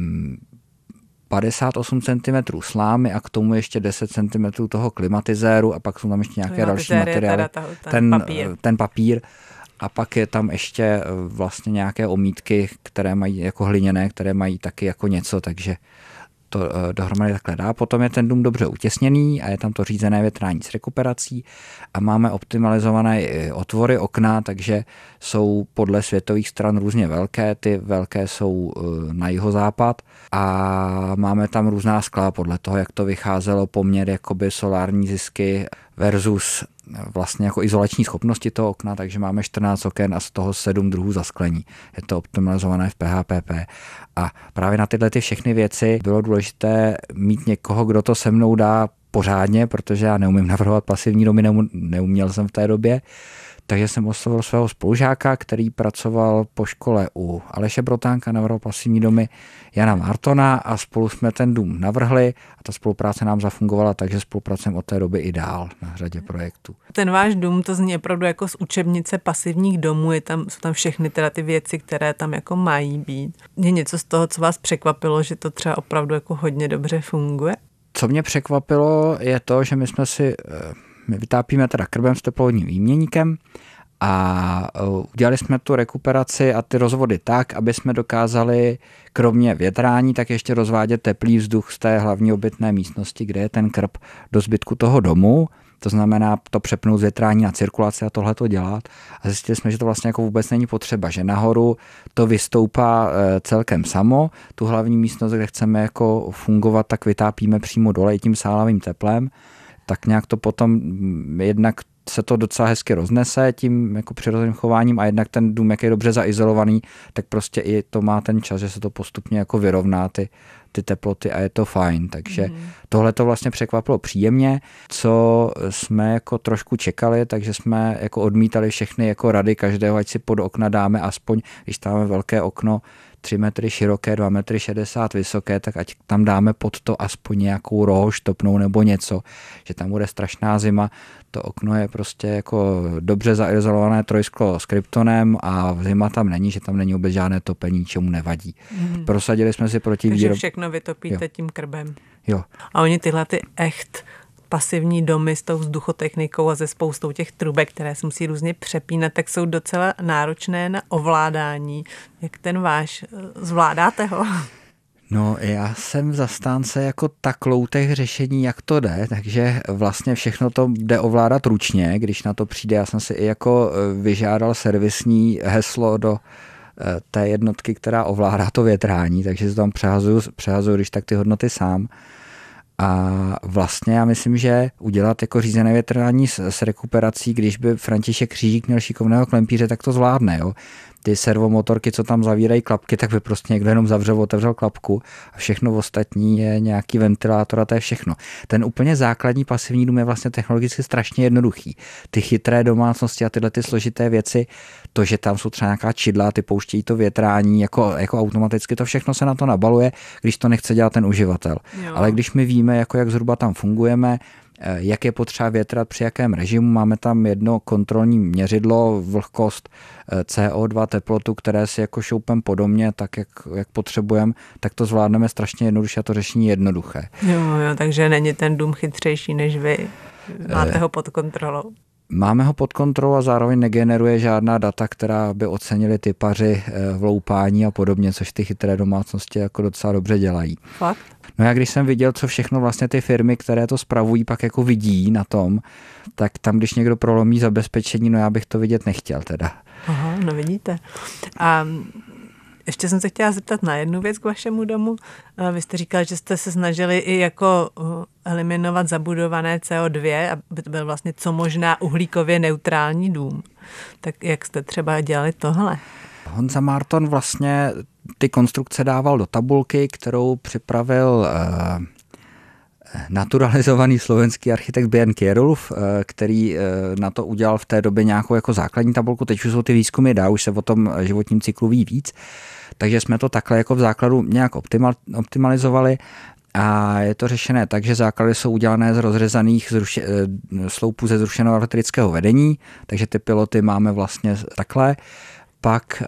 58 cm slámy a k tomu ještě 10 cm toho klimatizéru a pak jsou tam ještě nějaké další materiály. Ten papír. A pak je tam ještě vlastně nějaké omítky, které mají jako hliněné, které mají taky jako něco, takže to dohromady takhle dá. Potom je ten dům dobře utěsněný a je tam to řízené větrání s rekuperací a máme optimalizované otvory okna, takže jsou podle světových stran různě velké, ty velké jsou na jihozápad a máme tam různá skla podle toho, jak to vycházelo, poměr jakoby solární zisky versus vlastně jako izolační schopnosti toho okna, takže máme 14 oken a z toho 7 druhů zasklení. Je to optimalizované v PHPP. A právě na tyhle ty všechny věci bylo důležité mít někoho, kdo to se mnou dá pořádně, protože já neumím navrhovat pasivní domy, neuměl jsem v té době. Takže jsem oslovil svého spolužáka, který pracoval po škole u Aleše Brotánka, navrhl pasivní domy Jana Martona a spolu jsme ten dům navrhli a ta spolupráce nám zafungovala, takže spolupracujeme od té doby i dál na řadě projektů. Ten váš dům, to zní opravdu jako z učebnice pasivních domů, jsou tam všechny teda ty věci, které tam jako mají být. Je něco z toho, co vás překvapilo, že to třeba opravdu jako hodně dobře funguje? Co mě překvapilo je to, že my vytápíme teda krbem s teplovodním výměníkem a udělali jsme tu rekuperaci a ty rozvody tak, aby jsme dokázali kromě větrání tak ještě rozvádět teplý vzduch z té hlavní obytné místnosti, kde je ten krb, do zbytku toho domu. To znamená to přepnout z větrání na cirkulaci a tohle to dělat. A zjistili jsme, že to vlastně jako vůbec není potřeba, že nahoru to vystoupá celkem samo. Tu hlavní místnost, kde chceme jako fungovat, tak vytápíme přímo dole i tím sálavým teplem. Tak nějak to potom jednak se to docela hezky roznese tím jako přirozeným chováním a jednak ten dům, jak je dobře zaizolovaný, tak prostě i to má ten čas, že se to postupně jako vyrovná ty teploty a je to fajn. Takže tohle to vlastně překvapilo příjemně. Co jsme jako trošku čekali, takže jsme jako odmítali všechny jako rady každého, ať si pod okna dáme aspoň, když tam máme velké okno, 3 metry široké, 2,60 metry vysoké, tak ať tam dáme pod to aspoň nějakou rohož topnou nebo něco, že tam bude strašná zima. To okno je prostě jako dobře zaizolované trojsklo s kryptonem a zima tam není, že tam není vůbec žádné topení, čemu nevadí. Prosadili jsme si proti Takže všechno vytopíte tím krbem. Jo. A oni tyhle ty pasivní domy s tou vzduchotechnikou a se spoustou těch trubek, které se musí různě přepínat, tak jsou docela náročné na ovládání. Jak ten váš? Zvládáte ho? No, já jsem zastánce jako takloutech řešení, jak to jde, takže vlastně všechno to jde ovládat ručně, když na to přijde. Já jsem si i jako vyžádal servisní heslo do té jednotky, která ovládá to větrání, takže se tam přehazuju když tak ty hodnoty sám. A vlastně já myslím, že udělat jako řízené větrání s rekuperací, když by František Křížík měl šikovného klempíře, tak to zvládne. Jo? Ty servomotorky, co tam zavírají klapky, tak by prostě někdo jenom otevřel klapku a všechno ostatní je nějaký ventilátor a to je všechno. Ten úplně základní pasivní dům je vlastně technologicky strašně jednoduchý. Ty chytré domácnosti a tyhle ty složité věci, to, že tam jsou třeba nějaká čidla, ty pouštějí to větrání jako automaticky, to všechno se na to nabaluje, když to nechce dělat ten uživatel. Jo. Ale když my víme, jak zhruba tam fungujeme, jak je potřeba větrat při jakém režimu. Máme tam jedno kontrolní měřidlo, vlhkost, CO2, teplotu, které si jako šoupem po domě, tak jak potřebujeme, tak to zvládneme strašně jednoduše a to řešení je jednoduché. Jo, takže není ten dům chytřejší než vy. Máte ho pod kontrolou. Máme ho pod kontrolou a zároveň negeneruje žádná data, která by ocenili typaři v loupání a podobně, což ty chytré domácnosti jako docela dobře dělají. Fakt? No já když jsem viděl, co všechno vlastně ty firmy, které to spravují, pak jako vidí na tom, tak tam, když někdo prolomí zabezpečení, no já bych to vidět nechtěl teda. Aha, no vidíte. A ještě jsem se chtěla zeptat na jednu věc k vašemu domu. Vy jste říkal, že jste se snažili i jako eliminovat zabudované CO2, aby to byl vlastně co možná uhlíkově neutrální dům. Tak jak jste třeba dělali tohle? Honza Marton vlastně ty konstrukce dával do tabulky, kterou připravil naturalizovaný slovenský architekt Björn Kierulf, který na to udělal v té době nějakou jako základní tabulku. Teď už jsou ty výzkumy dál, už se o tom životním cyklu ví víc. Takže jsme to takhle jako v základu nějak optimalizovali a je to řešené tak, že základy jsou udělané z rozřezaných sloupů ze zrušeného elektrického vedení, takže ty piloty máme vlastně takhle. Pak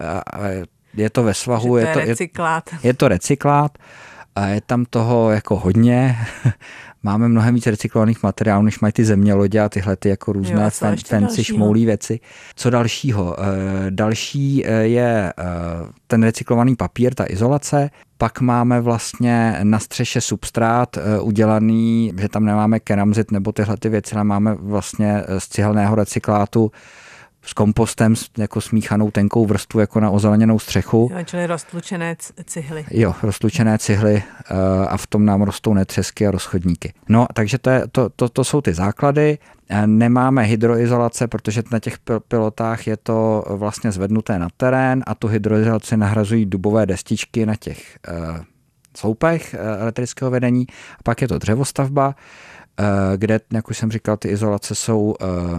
je to ve svahu. Je to recyklát. A je tam toho jako hodně. Máme mnohem víc recyklovaných materiálů, než mají ty zemělodě a tyhle ty jako různé fancy šmoulí věci. Co dalšího? Další je ten recyklovaný papír, ta izolace. Pak máme vlastně na střeše substrát udělaný, že tam nemáme keramzit nebo tyhle ty věci, ale máme vlastně z cihelného recyklátu s kompostem, jako smíchanou tenkou vrstvu, jako na ozeleněnou střechu. Jo, čili roztlučené cihly. Jo, roztlučené cihly a v tom nám rostou netřesky a rozchodníky. No, takže to jsou ty základy. Nemáme hydroizolace, protože na těch pilotách je to vlastně zvednuté na terén a tu hydroizolaci nahrazují dubové destičky na těch sloupech elektrického vedení. A pak je to dřevostavba, kde, jak už jsem říkal, ty izolace jsou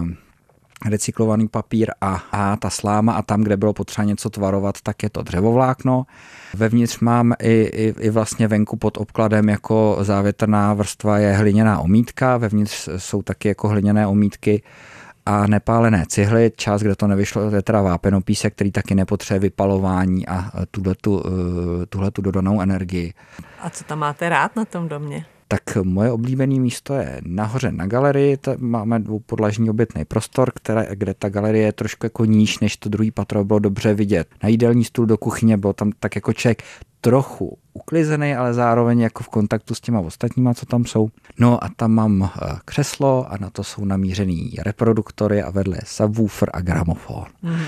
recyklovaný papír a ta sláma a tam, kde bylo potřeba něco tvarovat, tak je to dřevovlákno. Vevnitř mám i vlastně venku pod obkladem jako závětrná vrstva je hliněná omítka, vevnitř jsou taky jako hliněné omítky a nepálené cihly, část, kde to nevyšlo, je teda vápenopísek, který taky nepotřebuje vypalování a tuhletu dodanou energii. A co tam máte rád na tom domě? Tak moje oblíbené místo je nahoře na galerii, máme dvoupodlažní obytný prostor, kde ta galerie je trošku jako níž, než to druhý patro, bylo dobře vidět. Na jídelní stůl do kuchyně byl tam tak jako člověk trochu uklizený, ale zároveň jako v kontaktu s těma ostatníma, co tam jsou. No a tam mám křeslo a na to jsou namířený reproduktory a vedle subwoofer a gramofon.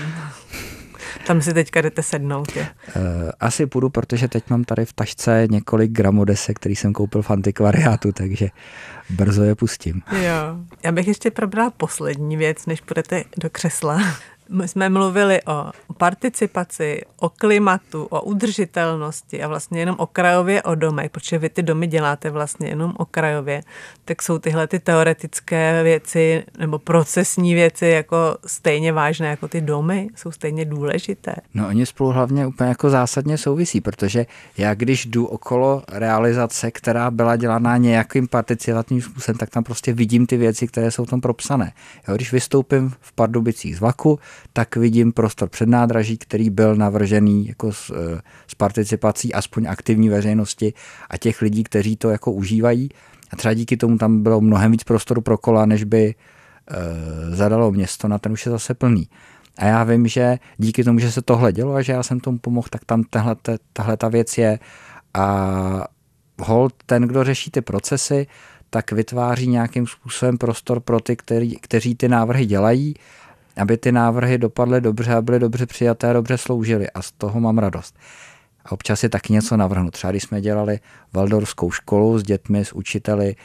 Tam si teďka jdete sednout, je? Asi půjdu, protože teď mám tady v tašce několik gramodesek, který jsem koupil v antikvariátu, takže brzo je pustím. Jo. Já bych ještě probrala poslední věc, než půjdete do křesla. My jsme mluvili o participaci, o klimatu, o udržitelnosti a vlastně jenom okrajově o domech, protože vy ty domy děláte vlastně jenom okrajově, tak jsou tyhle ty teoretické věci nebo procesní věci jako stejně vážné jako ty domy, jsou stejně důležité. No oni spolu hlavně úplně jako zásadně souvisí, protože já když jdu okolo realizace, která byla dělaná nějakým participativním způsobem, tak tam prostě vidím ty věci, které jsou tam propsané. Jo, když vystoupím v Pardubicích z vlaku, tak vidím prostor před nádraží, který byl navržený jako s participací aspoň aktivní veřejnosti a těch lidí, kteří to jako užívají. A třeba díky tomu tam bylo mnohem víc prostoru pro kola, než by zadalo město, na ten už je zase plný. A já vím, že díky tomu, že se tohle dělo a že já jsem tomu pomohl, tak tam tahle ta věc je. A holt ten, kdo řeší ty procesy, tak vytváří nějakým způsobem prostor pro ty, kteří ty návrhy dělají, aby ty návrhy dopadly dobře a byly dobře přijaté a dobře sloužily. A z toho mám radost. a občas si taky něco navrhnu. Třeba když jsme dělali waldorfskou školu s dětmi, s učiteli,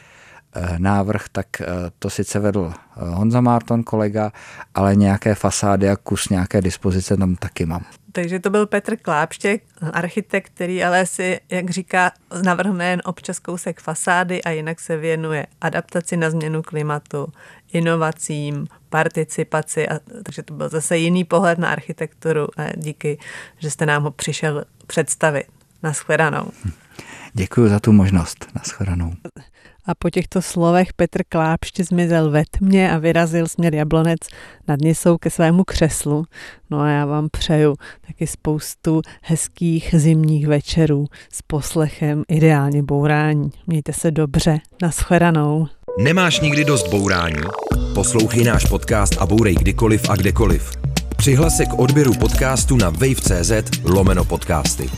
návrh, tak to sice vedl Honza Márton, kolega, ale nějaké fasády a kus nějaké dispozice tam taky mám. Takže to byl Petr Klápštěk, architekt, který ale si, jak říká, navrhne jen občas kousek fasády a jinak se věnuje adaptaci na změnu klimatu, inovacím, participaci. Takže to byl zase jiný pohled na architekturu a díky, že jste nám ho přišel představit. Nashledanou. Děkuji za tu možnost. Nashledanou. A po těchto slovech Petr Klápšť zmizel ve tmě a vyrazil směr Jablonec nad Nisou ke svému křeslu. No a já vám přeju taky spoustu hezkých zimních večerů s poslechem ideálně bourání. Mějte se dobře. Nashledanou. Nemáš nikdy dost bourání? Poslouchej náš podcast a bourej kdykoliv a kdekoliv. Přihlas se k odběru podcastu na wave.cz/podcasty.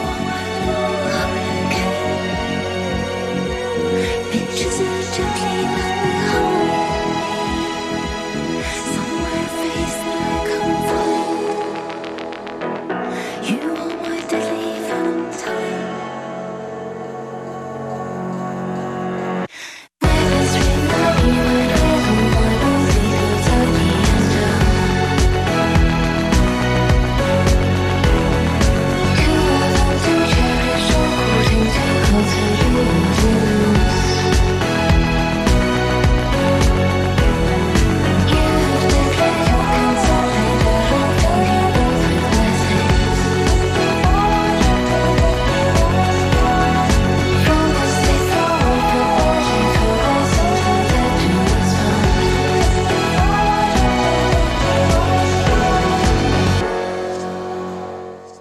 Pictures of gently